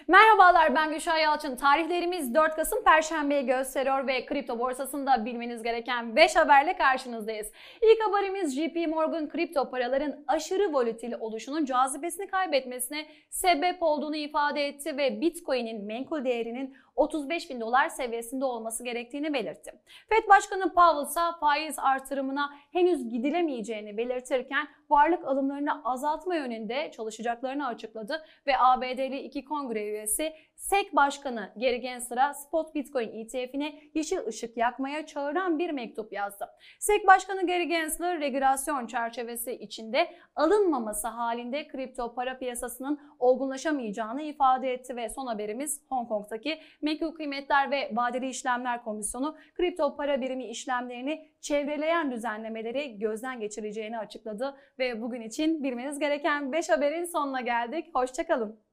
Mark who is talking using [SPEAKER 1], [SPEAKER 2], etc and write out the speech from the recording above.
[SPEAKER 1] Merhabalar, ben Gülşah Yalçın. Tarihlerimiz 4 Kasım Perşembe'yi gösteriyor ve kripto borsasında bilmeniz gereken 5 haberle karşınızdayız. İlk haberimiz JP Morgan kripto paraların aşırı volatil oluşunun cazibesini kaybetmesine sebep olduğunu ifade etti ve Bitcoin'in menkul değerinin 35 bin dolar seviyesinde olması gerektiğini belirtti. FED Başkanı Powell ise faiz artırımına henüz gidilemeyeceğini belirtirken varlık alımlarını azaltma yönünde çalışacaklarını açıkladı ve ABD'li iki kongre üyesi SEC Başkanı Gary Gensler'a spot Bitcoin ETF'ine yeşil ışık yakmaya çağıran bir mektup yazdı. SEC Başkanı Gary Gensler, regülasyon çerçevesi içinde alınmaması halinde kripto para piyasasının olgunlaşamayacağını ifade etti ve son haberimiz Hong Kong'taki Menkul Kıymetler ve Vadeli İşlemler Komisyonu kripto para birimi işlemlerini çevreleyen düzenlemeleri gözden geçireceğini açıkladı ve bugün için bilmeniz gereken 5 haberin sonuna geldik. Hoşça kalın.